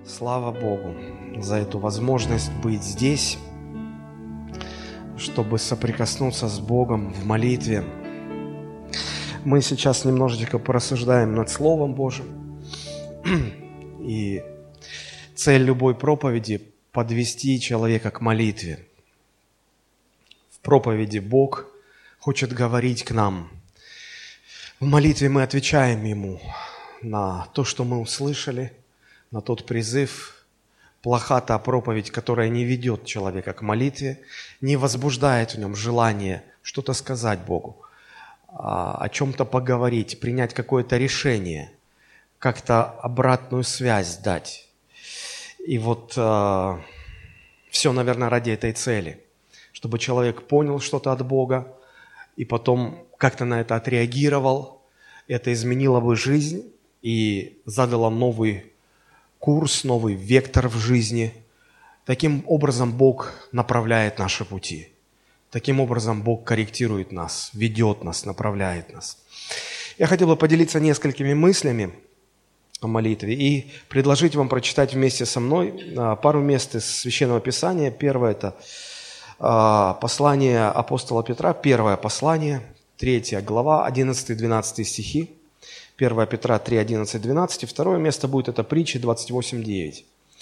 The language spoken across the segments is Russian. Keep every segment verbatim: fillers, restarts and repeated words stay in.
Слава Богу за эту возможность быть здесь, чтобы соприкоснуться с Богом в молитве. Мы сейчас немножечко порассуждаем над Словом Божьим. И цель любой проповеди – подвести человека к молитве. В проповеди Бог хочет говорить к нам. В молитве мы отвечаем Ему на то, что мы услышали, на тот призыв. Плоха та проповедь, которая не ведет человека к молитве, не возбуждает в нем желание что-то сказать Богу, о чем-то поговорить, принять какое-то решение, как-то обратную связь дать. И вот э, все, наверное, ради этой цели, чтобы человек понял что-то от Бога и потом как-то на это отреагировал, это изменило бы жизнь и задало новый курс, новый вектор в жизни. Таким образом Бог направляет наши пути. Таким образом Бог корректирует нас, ведет нас, направляет нас. Я хотел бы поделиться несколькими мыслями о молитве и предложить вам прочитать вместе со мной пару мест из Священного Писания. Первое – это послание апостола Петра, первое послание, третья глава, одиннадцатый-двенадцатый стихи. первое Петра три, одиннадцать, двенадцать. И второе место будет это притчи двадцать восемь, девять.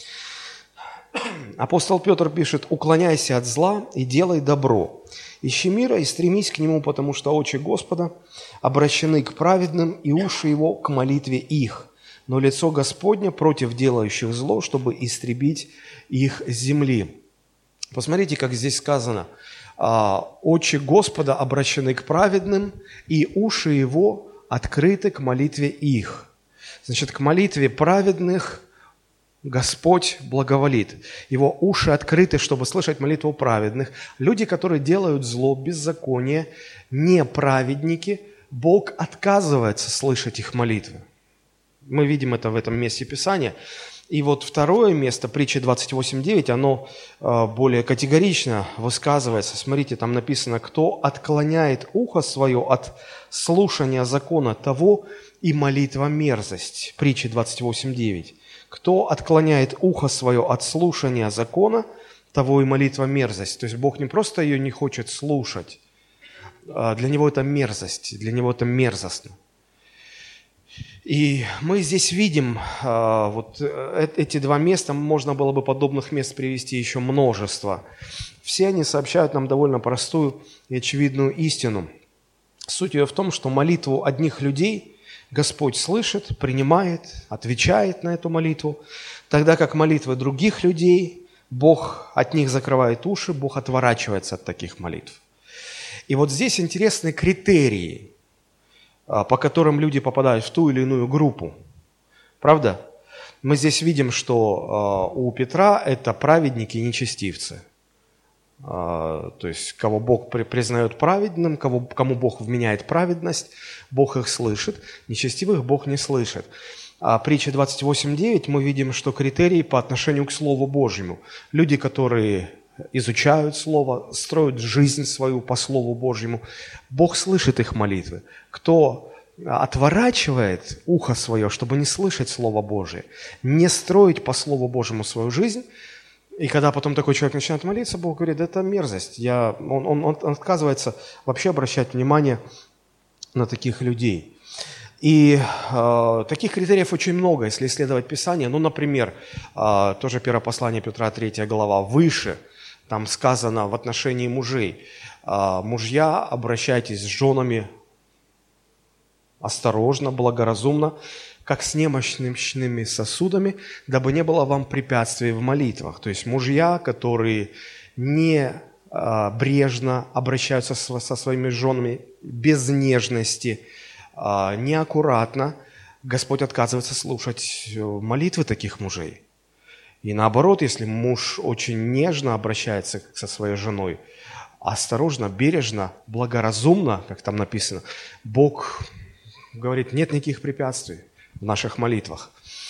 Апостол Петр пишет: «Уклоняйся от зла и делай добро. Ищи мира и стремись к нему, потому что очи Господа обращены к праведным, и уши его к молитве их. Но лицо Господне против делающих зло, чтобы истребить их с земли». Посмотрите, как здесь сказано. «Очи Господа обращены к праведным, и уши его открыты к молитве их». Значит, к молитве праведных Господь благоволит. Его уши открыты, чтобы слышать молитву праведных. Люди, которые делают зло, беззаконие, неправедники, Бог отказывается слышать их молитвы. Мы видим это в этом месте Писания. И вот второе место, притча двадцать восемь, девять, оно более категорично высказывается. Смотрите, там написано: «Кто отклоняет ухо свое от слушания закона, того и молитва мерзость». Притча двадцать восемь, девять. «Кто отклоняет ухо свое от слушания закона, того и молитва мерзость». То есть Бог не просто ее не хочет слушать, для Него это мерзость, для Него это мерзостно. И мы здесь видим вот эти два места, можно было бы подобных мест привести еще множество. Все они сообщают нам довольно простую и очевидную истину. Суть ее в том, что молитву одних людей Господь слышит, принимает, отвечает на эту молитву, тогда как молитвы других людей Бог от них закрывает уши, Бог отворачивается от таких молитв. И вот здесь интересны критерии, по которым люди попадают в ту или иную группу. Правда? Мы здесь видим, что у Петра это праведники и нечестивцы. То есть, кого Бог признает праведным, кого, кому Бог вменяет праведность, Бог их слышит, нечестивых Бог не слышит. А притча двадцать восемь, девять мы видим, что критерии по отношению к Слову Божьему. Люди, которые изучают Слово, строят жизнь свою по Слову Божьему, Бог слышит их молитвы. Кто отворачивает ухо свое, чтобы не слышать Слово Божие, не строить по Слову Божьему свою жизнь, и когда потом такой человек начинает молиться, Бог говорит: это мерзость. Я, он, он, он отказывается вообще обращать внимание на таких людей. И э, таких критериев очень много, если исследовать Писание. Ну, например, э, тоже первое послание Петра, третья глава, выше, там сказано в отношении мужей: э, «Мужья, обращайтесь с женами осторожно, благоразумно, как с немощными сосудами, дабы не было вам препятствий в молитвах». То есть мужья, которые не а, брежно обращаются со, со своими женами, без нежности, а, неаккуратно, Господь отказывается слушать молитвы таких мужей. И наоборот, если муж очень нежно обращается со своей женой, осторожно, бережно, благоразумно, как там написано, Бог говорит: нет никаких препятствий в наших молитвах.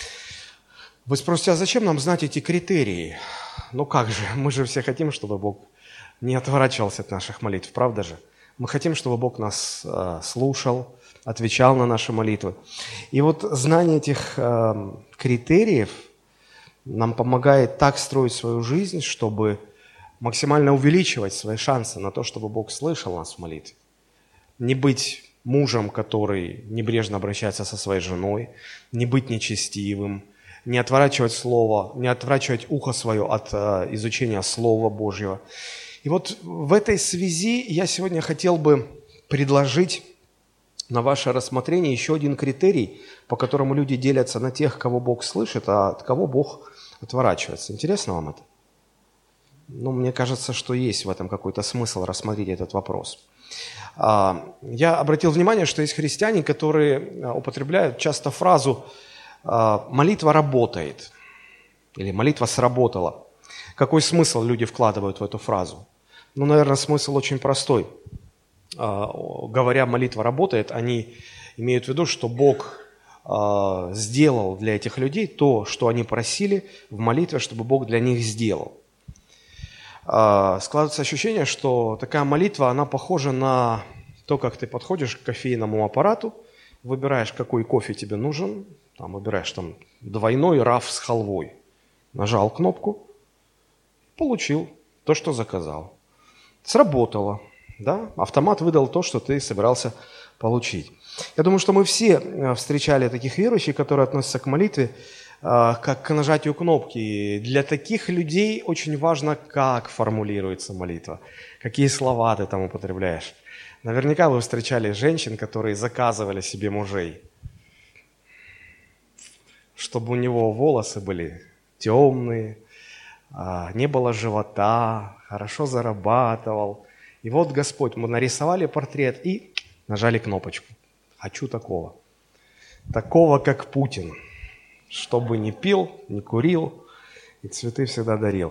Вы спросите: а зачем нам знать эти критерии? Ну как же, мы же все хотим, чтобы Бог не отворачивался от наших молитв, правда же? Мы хотим, чтобы Бог нас э, слушал, отвечал на наши молитвы. И вот знание этих э, критериев нам помогает так строить свою жизнь, чтобы максимально увеличивать свои шансы на то, чтобы Бог слышал нас в молитве. Не быть мужем, который небрежно обращается со своей женой, не быть нечестивым, не отворачивать слово, не отворачивать ухо свое от э, изучения Слова Божьего. И вот в этой связи я сегодня хотел бы предложить на ваше рассмотрение еще один критерий, по которому люди делятся на тех, кого Бог слышит, а от кого Бог отворачивается. Интересно вам это? Ну, мне кажется, что есть в этом какой-то смысл рассмотреть этот вопрос. Я обратил внимание, что есть христиане, которые употребляют часто фразу «молитва работает» или «молитва сработала». Какой смысл люди вкладывают в эту фразу? Ну, наверное, смысл очень простой. Говоря «молитва работает», они имеют в виду, что Бог сделал для этих людей то, что они просили в молитве, чтобы Бог для них сделал. Складывается ощущение, что такая молитва, она похожа на то, как ты подходишь к кофейному аппарату, выбираешь, какой кофе тебе нужен, там, выбираешь там двойной раф с халвой, нажал кнопку, получил то, что заказал. Сработало, да? Автомат выдал то, что ты собирался получить. Я думаю, что мы все встречали таких верующих, которые относятся к молитве как к нажатию кнопки. Для таких людей очень важно, как формулируется молитва, какие слова ты там употребляешь. Наверняка вы встречали женщин, которые заказывали себе мужей, чтобы у него волосы были темные, не было живота, хорошо зарабатывал. И вот Господь, мы нарисовали портрет и нажали кнопочку. Хочу такого. Такого, как Путин. Чтобы не пил, не курил и цветы всегда дарил.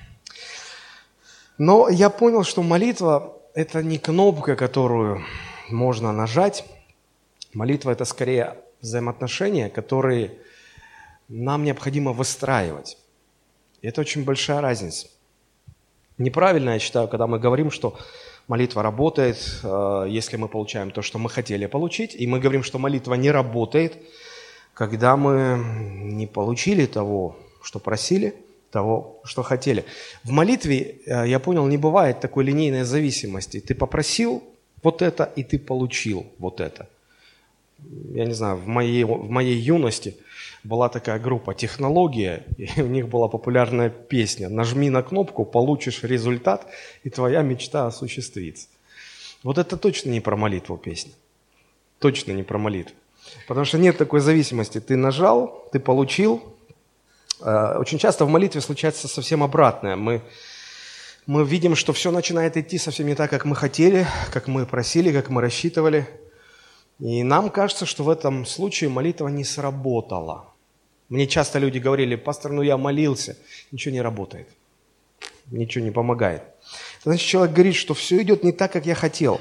Но я понял, что молитва – это не кнопка, которую можно нажать. Молитва – это скорее взаимоотношения, которые нам необходимо выстраивать. И это очень большая разница. Неправильно, я считаю, когда мы говорим, что молитва работает, если мы получаем то, что мы хотели получить, и мы говорим, что молитва не работает, когда мы не получили того, что просили, того, что хотели. В молитве, я понял, не бывает такой линейной зависимости. Ты попросил вот это, и ты получил вот это. Я не знаю, в моей, в моей юности была такая группа «Технология», и у них была популярная песня «Нажми на кнопку, получишь результат, и твоя мечта осуществится». Вот это точно не про молитву песня. Точно не про молитву. Потому что нет такой зависимости. Ты нажал, ты получил. Очень часто в молитве случается совсем обратное. Мы, мы видим, что все начинает идти совсем не так, как мы хотели, как мы просили, как мы рассчитывали. И нам кажется, что в этом случае молитва не сработала. Мне часто люди говорили: пастор, ну я молился, ничего не работает, ничего не помогает. Значит, человек говорит, что все идет не так, как я хотел.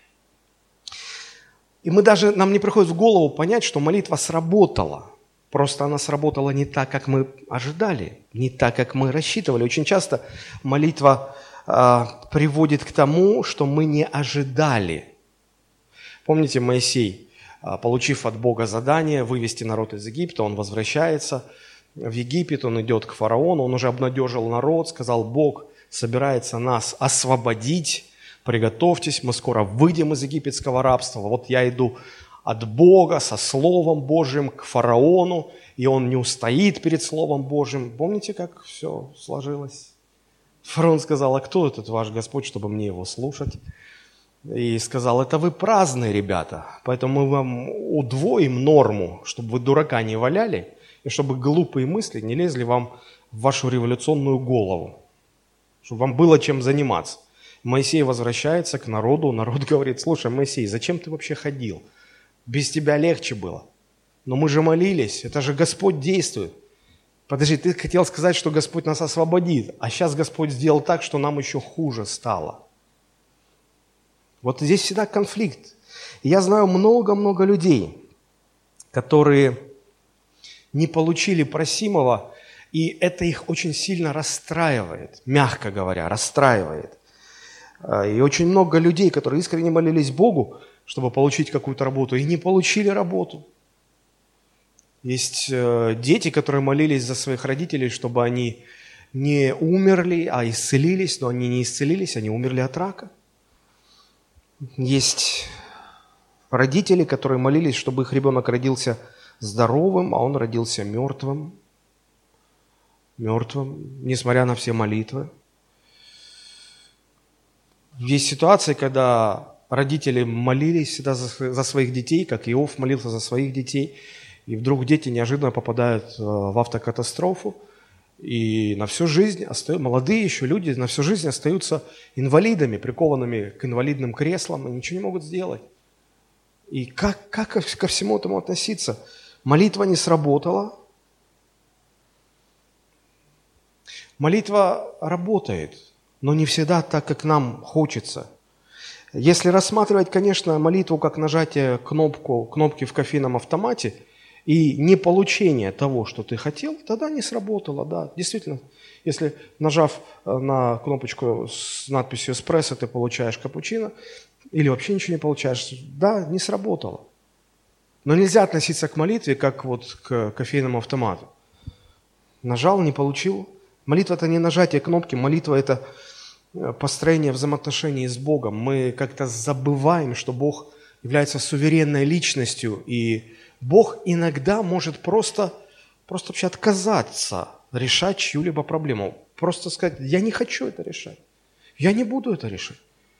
И мы даже, нам не приходит в голову понять, что молитва сработала. Просто она сработала не так, как мы ожидали, не так, как мы рассчитывали. Очень часто молитва э, приводит к тому, что мы не ожидали. Помните, Моисей, э, получив от Бога задание вывести народ из Египта, он возвращается в Египет, он идет к фараону, он уже обнадежил народ, сказал: Бог собирается нас освободить. Приготовьтесь, мы скоро выйдем из египетского рабства. Вот я иду от Бога со Словом Божьим к фараону, и он не устоит перед Словом Божьим. Помните, как все сложилось? Фараон сказал: а кто этот ваш Господь, чтобы мне его слушать? И сказал: это вы праздные ребята, поэтому мы вам удвоим норму, чтобы вы дурака не валяли, и чтобы глупые мысли не лезли вам в вашу революционную голову, чтобы вам было чем заниматься. Моисей возвращается к народу, народ говорит: слушай, Моисей, зачем ты вообще ходил? Без тебя легче было. Но мы же молились, это же Господь действует. Подожди, ты хотел сказать, что Господь нас освободит, а сейчас Господь сделал так, что нам еще хуже стало. Вот здесь всегда конфликт. И я знаю много-много людей, которые не получили просимого, и это их очень сильно расстраивает, мягко говоря, расстраивает. И очень много людей, которые искренне молились Богу, чтобы получить какую-то работу, и не получили работу. Есть э, дети, которые молились за своих родителей, чтобы они не умерли, а исцелились, но они не исцелились, они умерли от рака. Есть родители, которые молились, чтобы их ребенок родился здоровым, а он родился мертвым. Мертвым, несмотря на все молитвы. Есть ситуации, когда родители молились всегда за, за своих детей, как Иов молился за своих детей, и вдруг дети неожиданно попадают в автокатастрофу, и на всю жизнь, остаются, молодые еще люди, на всю жизнь остаются инвалидами, прикованными к инвалидным креслам, и ничего не могут сделать. И как, как ко всему этому относиться? Молитва не сработала. Молитва работает, но не всегда так, как нам хочется. Если рассматривать, конечно, молитву как нажатие кнопку, кнопки в кофейном автомате и не получение того, что ты хотел, тогда не сработало, да. Действительно, если нажав на кнопочку с надписью «эспрессо» ты получаешь капучино или вообще ничего не получаешь, да, не сработало. Но нельзя относиться к молитве как вот к кофейному автомату. Нажал, не получил. Молитва – это не нажатие кнопки, молитва – это построение взаимоотношений с Богом. Мы как-то забываем, что Бог является суверенной личностью, и Бог иногда может просто, просто вообще отказаться решать чью-либо проблему. Просто сказать: я не хочу это решать, я не буду это решать.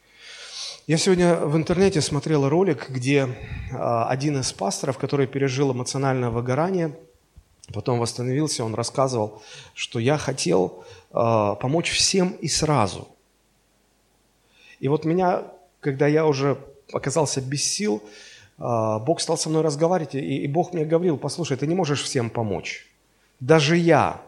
Я сегодня в интернете смотрел ролик, где один из пасторов, который пережил эмоциональное выгорание, потом восстановился, он рассказывал, что я хотел помочь всем и сразу. И вот меня, когда я уже оказался без сил, Бог стал со мной разговаривать, и Бог мне говорил: послушай, ты не можешь всем помочь. Даже я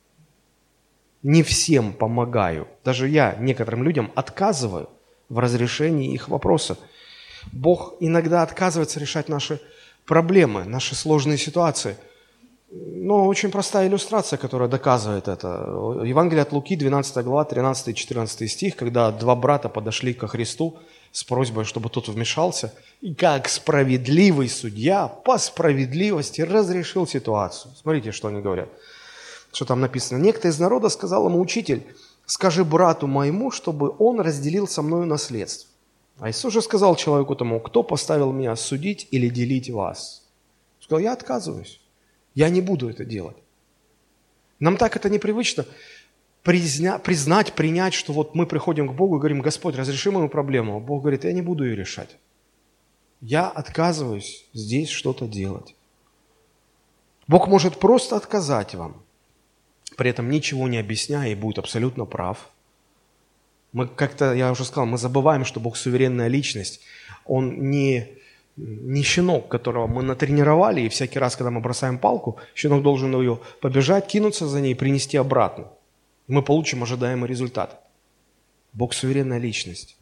не всем помогаю. Даже я некоторым людям отказываю в разрешении их вопроса. Бог иногда отказывается решать наши проблемы, наши сложные ситуации. Но очень простая иллюстрация, которая доказывает это. Евангелие от Луки, двенадцатая глава, тринадцатый и четырнадцатый стих, когда два брата подошли ко Христу с просьбой, чтобы тот вмешался, и как справедливый судья по справедливости разрешил ситуацию. Смотрите, что они говорят. Что там написано. Некто из народа сказал ему: учитель, скажи брату моему, чтобы он разделил со мною наследство. А Иисус же сказал человеку тому: кто поставил меня судить или делить вас? Он сказал: я отказываюсь. Я не буду это делать. Нам так это непривычно призна, признать, принять, что вот мы приходим к Богу и говорим: Господь, разреши мою проблему. А Бог говорит: я не буду ее решать. Я отказываюсь здесь что-то делать. Бог может просто отказать вам, при этом ничего не объясняя, и будет абсолютно прав. Мы как-то, я уже сказал, мы забываем, что Бог суверенная личность. Он не... Не щенок, которого мы натренировали, и всякий раз, когда мы бросаем палку, щенок должен ее побежать, кинуться за ней и принести обратно. И мы получим ожидаемый результат. Бог суверенная личность.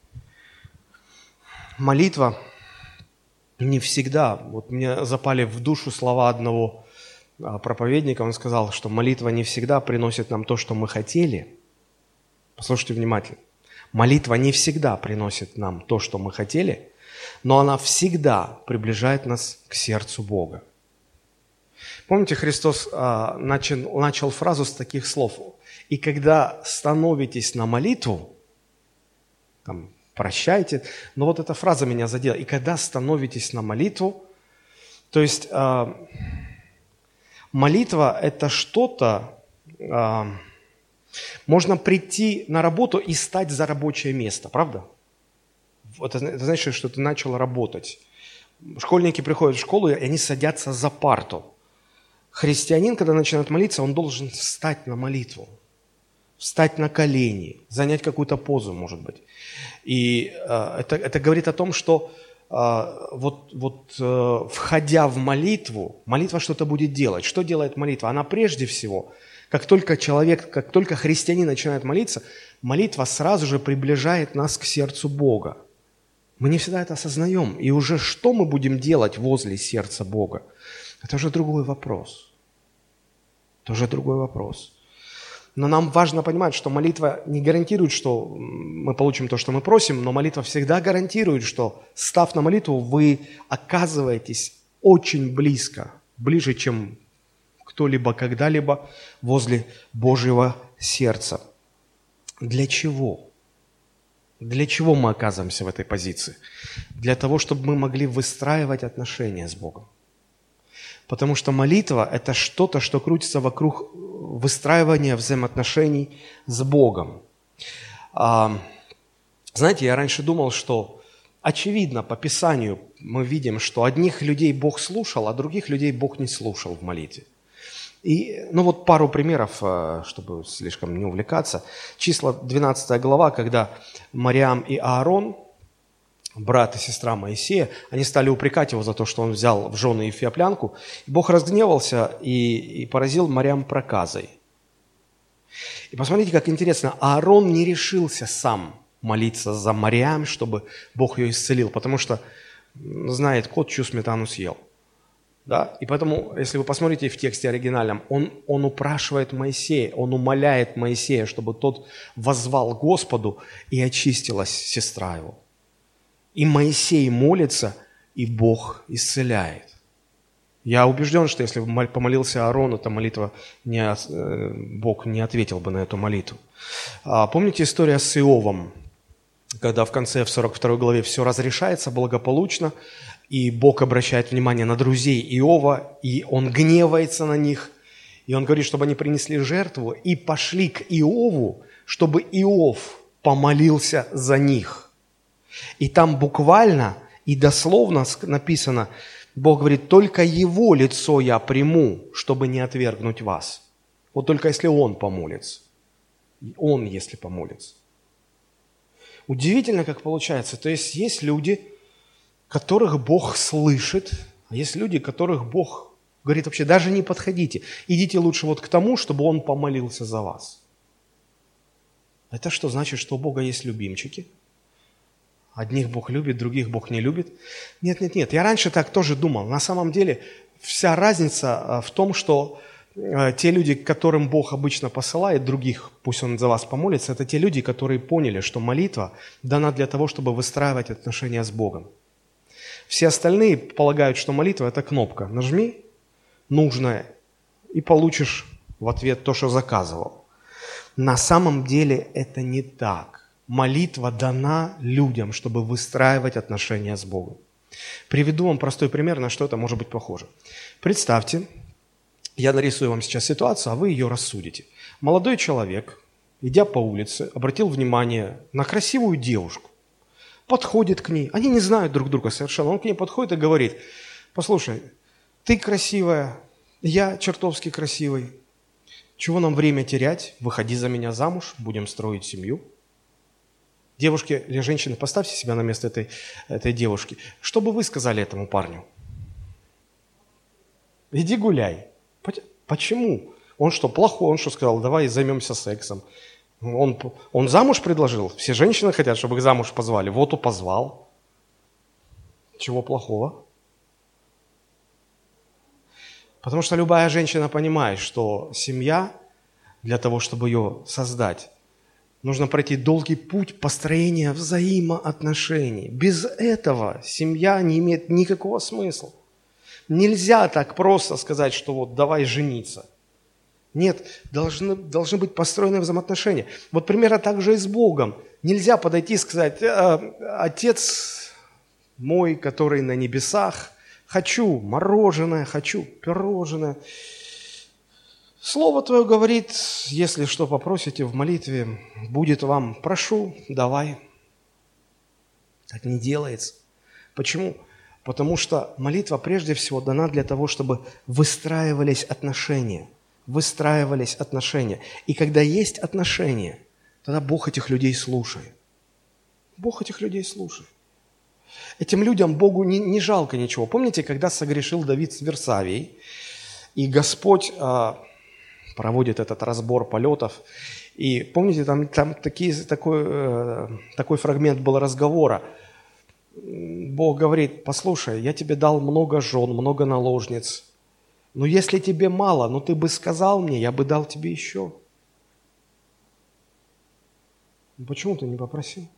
Молитва не всегда. Вот мне запали в душу слова одного проповедника. Он сказал, что молитва не всегда приносит нам то, что мы хотели. Послушайте внимательно. Молитва не всегда приносит нам то, что мы хотели, но она всегда приближает нас к сердцу Бога. Помните, Христос а, начал, начал фразу с таких слов: «И когда становитесь на молитву», там, прощайте, но вот эта фраза меня задела, «и когда становитесь на молитву», то есть а, молитва – это что-то, а, можно прийти на работу и стать за рабочее место, правда? Это, это значит, что ты начал работать. Школьники приходят в школу, и они садятся за парту. Христианин, когда начинает молиться, он должен встать на молитву, встать на колени, занять какую-то позу, может быть. И э, это, это говорит о том, что э, вот, вот э, входя в молитву, молитва что-то будет делать. Что делает молитва? Она прежде всего, как только человек, как только христианин начинает молиться, молитва сразу же приближает нас к сердцу Бога. Мы не всегда это осознаем. И уже что мы будем делать возле сердца Бога, это уже другой вопрос. Это уже другой вопрос. Но нам важно понимать, что молитва не гарантирует, что мы получим то, что мы просим, но молитва всегда гарантирует, что, став на молитву, вы оказываетесь очень близко ближе, чем кто-либо когда-либо возле Божьего сердца. Для чего? Для чего мы оказываемся в этой позиции? Для того, чтобы мы могли выстраивать отношения с Богом. Потому что молитва – это что-то, что крутится вокруг выстраивания взаимоотношений с Богом. А, знаете, я раньше думал, что очевидно, по Писанию мы видим, что одних людей Бог слушал, а других людей Бог не слушал в молитве. И, ну вот пару примеров, чтобы слишком не увлекаться. Числа двенадцатая глава, когда Мариам и Аарон, брат и сестра Моисея, они стали упрекать его за то, что он взял в жены эфиоплянку. Бог разгневался и, и поразил Мариам проказой. И посмотрите, как интересно, Аарон не решился сам молиться за Мариам, чтобы Бог ее исцелил, потому что знает, кот чью сметану съел. Да? И поэтому, если вы посмотрите в тексте оригинальном, он, он упрашивает Моисея, он умоляет Моисея, чтобы тот воззвал Господу, и очистилась сестра его. И Моисей молится, и Бог исцеляет. Я убежден, что если бы помолился Аарон, эта молитва, не, Бог не ответил бы на эту молитву. Помните историю с Иовом, когда в конце, в сорок второй главе, все разрешается благополучно, и Бог обращает внимание на друзей Иова, и он гневается на них, и он говорит, чтобы они принесли жертву, и пошли к Иову, чтобы Иов помолился за них. И там буквально и дословно написано, Бог говорит, только его лицо я приму, чтобы не отвергнуть вас. Вот только если он помолится. Он, если помолится. Удивительно, как получается. То есть есть люди, которых Бог слышит, а есть люди, которых Бог говорит вообще, даже не подходите. Идите лучше вот к тому, чтобы он помолился за вас. Это что, значит, что у Бога есть любимчики? Одних Бог любит, других Бог не любит? Нет, нет, нет. Я раньше так тоже думал. На самом деле вся разница в том, что те люди, к которым Бог обычно посылает других, пусть Он за вас помолится, это те люди, которые поняли, что молитва дана для того, чтобы выстраивать отношения с Богом. Все остальные полагают, что молитва – это кнопка. Нажми нужное и получишь в ответ то, что заказывал. На самом деле это не так. Молитва дана людям, чтобы выстраивать отношения с Богом. Приведу вам простой пример, на что это может быть похоже. Представьте, я нарисую вам сейчас ситуацию, а вы ее рассудите. Молодой человек, идя по улице, обратил внимание на красивую девушку. Подходит к ней. Они не знают друг друга совершенно. Он к ней подходит и говорит, послушай, ты красивая, я чертовски красивый. Чего нам время терять? Выходи за меня замуж, будем строить семью. Девушки или женщины, поставьте себя на место этой, этой девушки. Что бы вы сказали этому парню? Иди гуляй. Почему? Он что, плохой? Он что сказал? Давай займемся сексом. Он, он замуж предложил? Все женщины хотят, чтобы их замуж позвали. Вот и позвал. Чего плохого? Потому что любая женщина понимает, что семья, для того, чтобы ее создать, нужно пройти долгий путь построения взаимоотношений. Без этого семья не имеет никакого смысла. Нельзя так просто сказать, что вот давай жениться. Нет, должны, должны быть построены взаимоотношения. Вот примерно так же и с Богом. Нельзя подойти и сказать, Отец мой, который на небесах, хочу мороженое, хочу пирожное. Слово Твое говорит, если что попросите в молитве, будет вам, прошу, давай. Так не делается. Почему? Потому что молитва прежде всего дана для того, чтобы выстраивались отношения. Выстраивались отношения. И когда есть отношения, тогда Бог этих людей слушает. Бог этих людей слушает. Этим людям Богу не, не жалко ничего. Помните, когда согрешил Давид с Версавией, и Господь а, проводит этот разбор полетов, и помните, там, там такие, такой, э, такой фрагмент был разговора. Бог говорит, послушай, я тебе дал много жен, много наложниц, но если тебе мало, ну ты бы сказал мне, я бы дал тебе еще. Почему ты не попросил?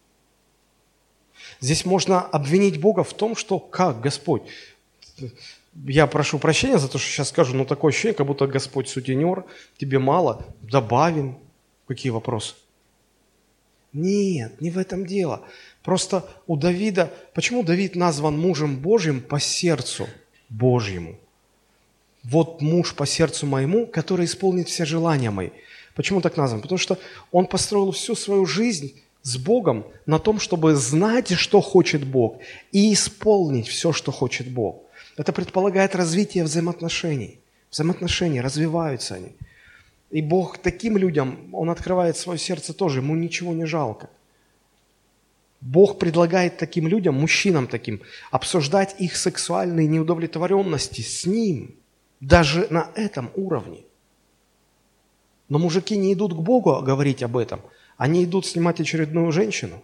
Здесь можно обвинить Бога в том, что как, Господь, Я прошу прощения за то, что сейчас скажу, но такое ощущение, как будто Господь сутенер, тебе мало, добавим. Какие вопросы? Нет, не в этом дело. Просто у Давида, почему Давид назван мужем Божьим по сердцу Божьему? Вот муж по сердцу моему, который исполнит все желания мои. Почему так назван? Потому что он построил всю свою жизнь с Богом на том, чтобы знать, что хочет Бог, и исполнить все, что хочет Бог. Это предполагает развитие взаимоотношений. Взаимоотношения, развиваются они. И Бог таким людям, Он открывает свое сердце тоже, Ему ничего не жалко. Бог предлагает таким людям, мужчинам таким, обсуждать их сексуальные неудовлетворенности с Ним, даже на этом уровне. Но мужики не идут к Богу говорить об этом, они идут снимать очередную женщину.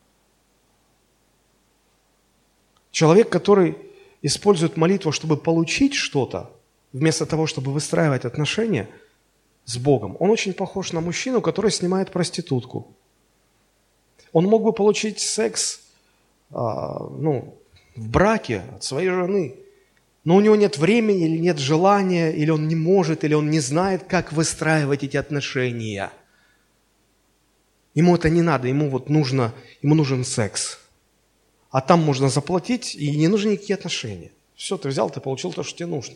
Человек, который использует молитву, чтобы получить что-то, вместо того, чтобы выстраивать отношения с Богом, он очень похож на мужчину, который снимает проститутку. Он мог бы получить секс а, ну, в браке от своей жены, но у него нет времени, или нет желания, или он не может, или он не знает, как выстраивать эти отношения. Ему это не надо, ему вот нужно, ему нужен секс. А там можно заплатить, и не нужны никакие отношения. Все, ты взял, ты получил то, что тебе нужно.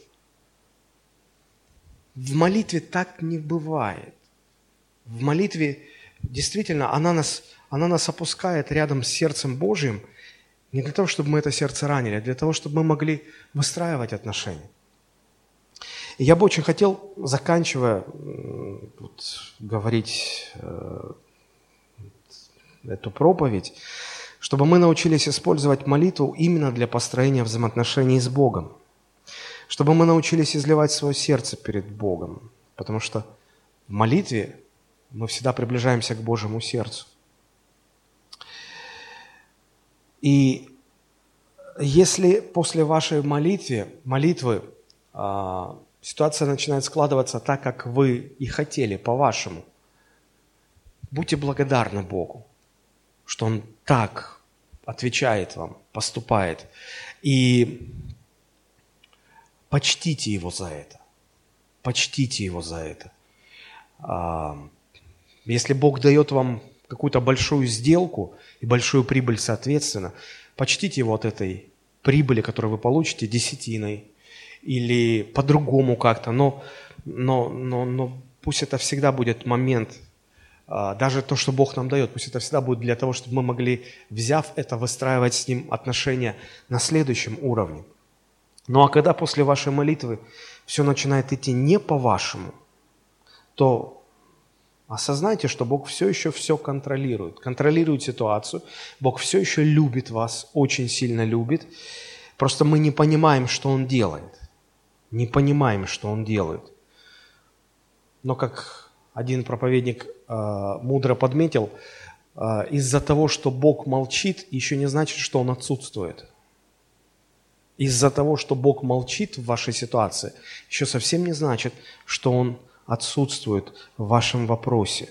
В молитве так не бывает. В молитве действительно она нас, она нас опускает рядом с сердцем Божьим не для того, чтобы мы это сердце ранили, а для того, чтобы мы могли выстраивать отношения. И я бы очень хотел, заканчивая вот, говорить э, эту проповедь, чтобы мы научились использовать молитву именно для построения взаимоотношений с Богом. Чтобы мы научились изливать свое сердце перед Богом. Потому что в молитве мы всегда приближаемся к Божьему сердцу. И если после вашей молитвы, молитвы а, ситуация начинает складываться так, как вы и хотели, по-вашему, будьте благодарны Богу, что Он так отвечает вам, поступает. И почтите Его за это. Почтите Его за это. Если Бог дает вам какую-то большую сделку и большую прибыль соответственно, почтите Его от этой прибыли, которую вы получите, десятиной или по-другому как-то. Но, но, но, но пусть это всегда будет момент, даже то, что Бог нам дает, пусть это всегда будет для того, чтобы мы могли, взяв это, выстраивать с Ним отношения на следующем уровне. Ну а когда после вашей молитвы все начинает идти не по-вашему, то осознайте, что Бог все еще все контролирует. Контролирует ситуацию. Бог все еще любит вас, очень сильно любит. Просто мы не понимаем, что Он делает. Не понимаем, что Он делает. Но как один проповедник э, мудро подметил, э, из-за того, что Бог молчит, еще не значит, что Он отсутствует. Из-за того, что Бог молчит в вашей ситуации, еще совсем не значит, что Он отсутствует в вашем вопросе.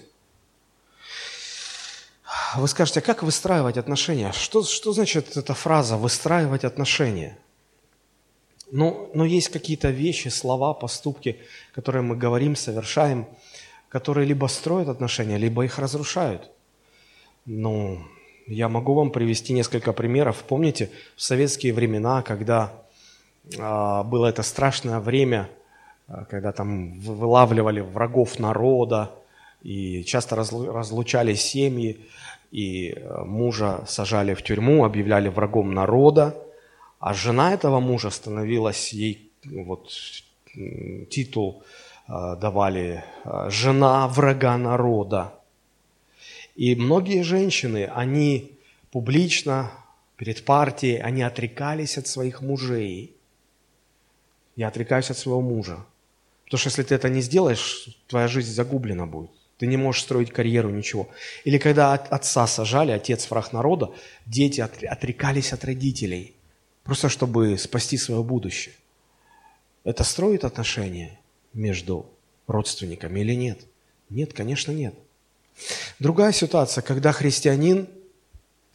Вы скажете, как выстраивать отношения? Что, что значит эта фраза «выстраивать отношения»? Ну, но есть какие-то вещи, слова, поступки, которые мы говорим, совершаем, которые либо строят отношения, либо их разрушают. Ну, я могу вам привести несколько примеров. Помните, в советские времена, когда а, было это страшное время, а, когда там вылавливали врагов народа, и часто разлу- разлучали семьи, и а, мужа сажали в тюрьму, объявляли врагом народа, а жена этого мужа становилась, ей вот, титул а, давали а, «жена врага народа». И многие женщины, они публично, перед партией, они отрекались от своих мужей. Я отрекаюсь от своего мужа. Потому что если ты это не сделаешь, твоя жизнь загублена будет. Ты не можешь строить карьеру, ничего. Или когда от отца сажали, отец враг народа, дети отрекались от родителей, просто чтобы спасти свое будущее. Это строит отношения между родственниками или нет? Нет, конечно, нет. Другая ситуация, когда христианин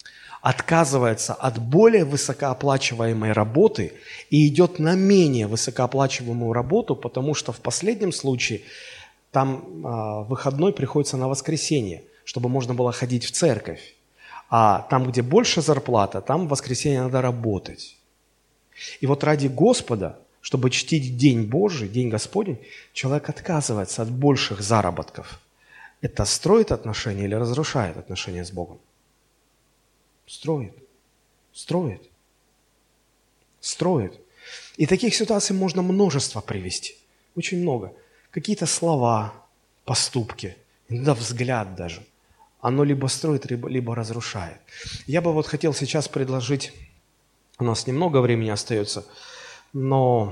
отказывается от более высокооплачиваемой работы и идет на менее высокооплачиваемую работу, потому что в последнем случае там а, выходной приходится на воскресенье, чтобы можно было ходить в церковь. А там, где больше зарплата, там в воскресенье надо работать. И вот ради Господа, чтобы чтить День Божий, День Господень, человек отказывается от больших заработков. Это строит отношения или разрушает отношения с Богом? Строит. Строит. Строит. И таких ситуаций можно множество привести. Очень много. Какие-то слова, поступки, иногда взгляд даже. Оно либо строит, либо, либо разрушает. Я бы вот хотел сейчас предложить, у нас немного времени остается, но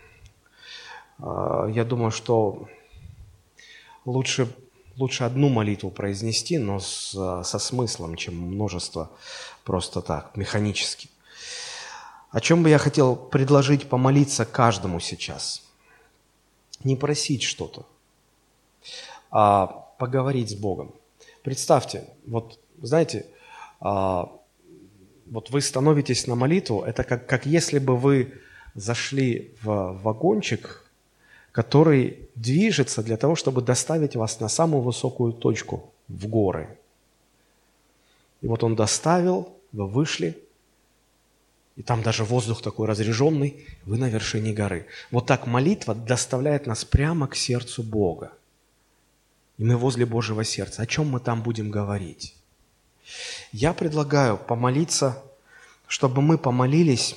э, я думаю, что лучше... Лучше одну молитву произнести, но с, со смыслом, чем множество просто так, механически. О чем бы я хотел предложить помолиться каждому сейчас? Не просить что-то, а поговорить с Богом. Представьте, вот знаете, а, вот вы становитесь на молитву, это как, как если бы вы зашли в вагончик, который движется для того, чтобы доставить вас на самую высокую точку, в горы. И вот он доставил, вы вышли, и там даже воздух такой разреженный, вы на вершине горы. Вот так молитва доставляет нас прямо к сердцу Бога. И мы возле Божьего сердца. О чем мы там будем говорить? Я предлагаю помолиться, чтобы мы помолились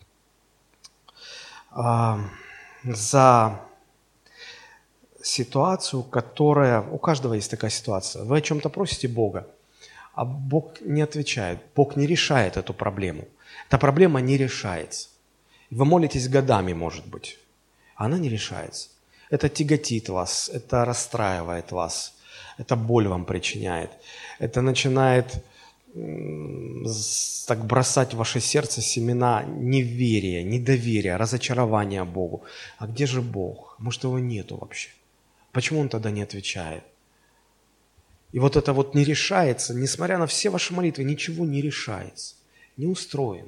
а, за... ситуацию, которая... У каждого есть такая ситуация. Вы о чем-то просите Бога, а Бог не отвечает. Бог не решает эту проблему. Эта проблема не решается. Вы молитесь годами, может быть. А она не решается. Это тяготит вас, это расстраивает вас, это боль вам причиняет. Это начинает так бросать в ваше сердце семена неверия, недоверия, разочарования Богу. А где же Бог? Может, его нету вообще? Почему он тогда не отвечает? И вот это вот не решается, несмотря на все ваши молитвы, ничего не решается, не устроено.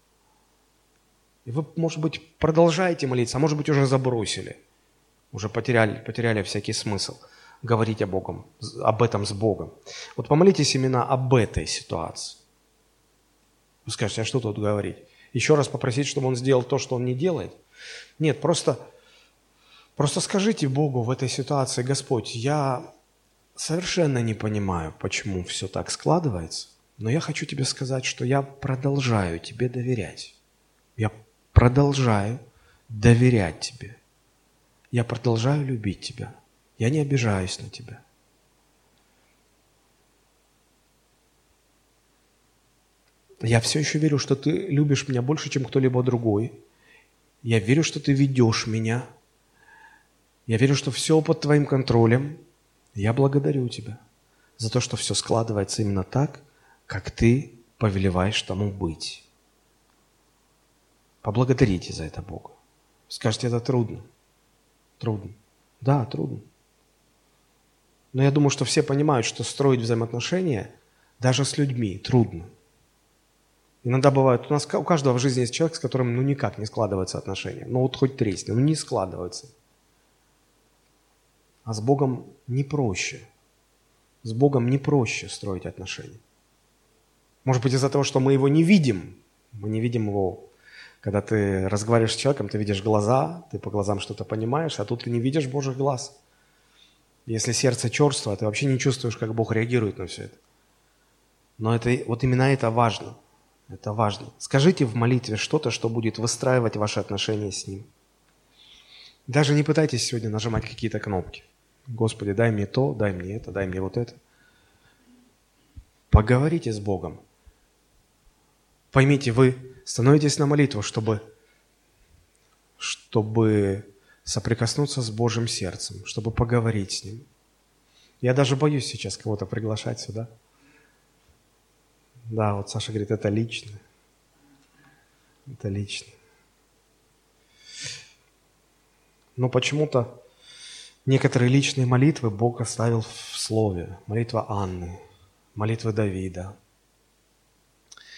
И вы, может быть, продолжаете молиться, а может быть, уже забросили, уже потеряли, потеряли всякий смысл говорить о Богом, об этом с Богом. Вот помолитесь именно об этой ситуации. Вы скажете, а что тут говорить? Еще раз попросить, чтобы он сделал то, что он не делает? Нет, просто... Просто скажите Богу в этой ситуации: Господь, я совершенно не понимаю, почему все так складывается, но я хочу Тебе сказать, что я продолжаю Тебе доверять. Я продолжаю доверять Тебе. Я продолжаю любить Тебя. Я не обижаюсь на Тебя. Я все еще верю, что Ты любишь меня больше, чем кто-либо другой. Я верю, что Ты ведешь меня. Я верю, что все под Твоим контролем. Я благодарю Тебя за то, что все складывается именно так, как Ты повелеваешь тому быть. Поблагодарите за это Бога. Скажите, это трудно. Трудно. Да, трудно. Но я думаю, что все понимают, что строить взаимоотношения даже с людьми трудно. Иногда бывает, у нас у каждого в жизни есть человек, с которым ну никак не складываются отношения. Ну вот хоть тресни, ну не складываются. А с Богом не проще. С Богом не проще строить отношения. Может быть, из-за того, что мы Его не видим. Мы не видим Его. Когда ты разговариваешь с человеком, ты видишь глаза, ты по глазам что-то понимаешь, а тут ты не видишь Божьих глаз. Если сердце черство, ты вообще не чувствуешь, как Бог реагирует на все это. Но это, вот именно это важно. Это важно. Скажите в молитве что-то, что будет выстраивать ваши отношения с Ним. Даже не пытайтесь сегодня нажимать какие-то кнопки. Господи, дай мне то, дай мне это, дай мне вот это. Поговорите с Богом. Поймите, вы становитесь на молитву, чтобы, чтобы соприкоснуться с Божьим сердцем, чтобы поговорить с Ним. Я даже боюсь сейчас кого-то приглашать сюда. Да, вот Саша говорит, это лично. Это лично. Но почему-то некоторые личные молитвы Бог оставил в Слове. Молитва Анны, молитва Давида.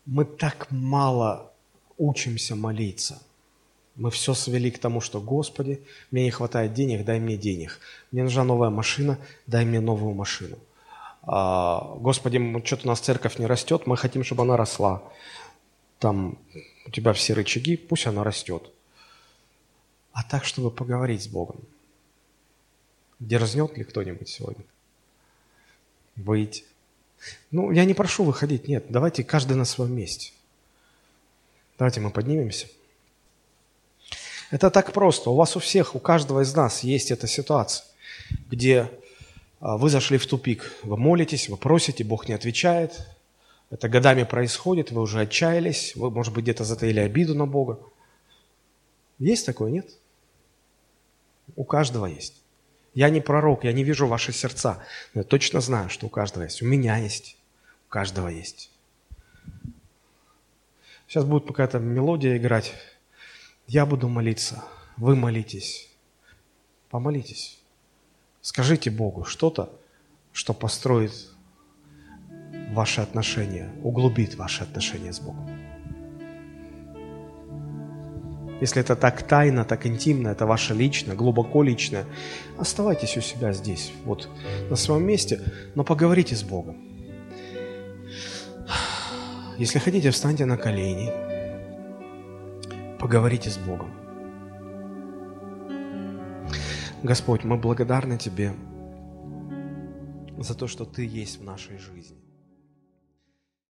Мы так мало учимся молиться. Мы все свели к тому, что, Господи, мне не хватает денег, дай мне денег. Мне нужна новая машина, дай мне новую машину. А, Господи, что-то у нас церковь не растет, мы хотим, чтобы она росла. Там у тебя все рычаги, пусть она растет. А так, чтобы поговорить с Богом. Дерзнет ли кто-нибудь сегодня? Выйти. Ну, я не прошу выходить, нет. Давайте каждый на своем месте. Давайте мы поднимемся. Это так просто. У вас у всех, у каждого из нас есть эта ситуация, где вы зашли в тупик. Вы молитесь, вы просите, Бог не отвечает. Это годами происходит, вы уже отчаялись, вы, может быть, где-то затаили обиду на Бога. Есть такое, нет? У каждого есть. Я не пророк, я не вижу ваши сердца, но я точно знаю, что у каждого есть. У меня есть, у каждого есть. Сейчас будет какая-то мелодия играть. Я буду молиться, вы молитесь. Помолитесь. Скажите Богу что-то, что построит ваши отношения, углубит ваши отношения с Богом. Если это так тайно, так интимно, это ваше личное, глубоко личное, оставайтесь у себя здесь, вот на своем месте, но поговорите с Богом. Если хотите, встаньте на колени, поговорите с Богом. Господь, мы благодарны Тебе за то, что Ты есть в нашей жизни.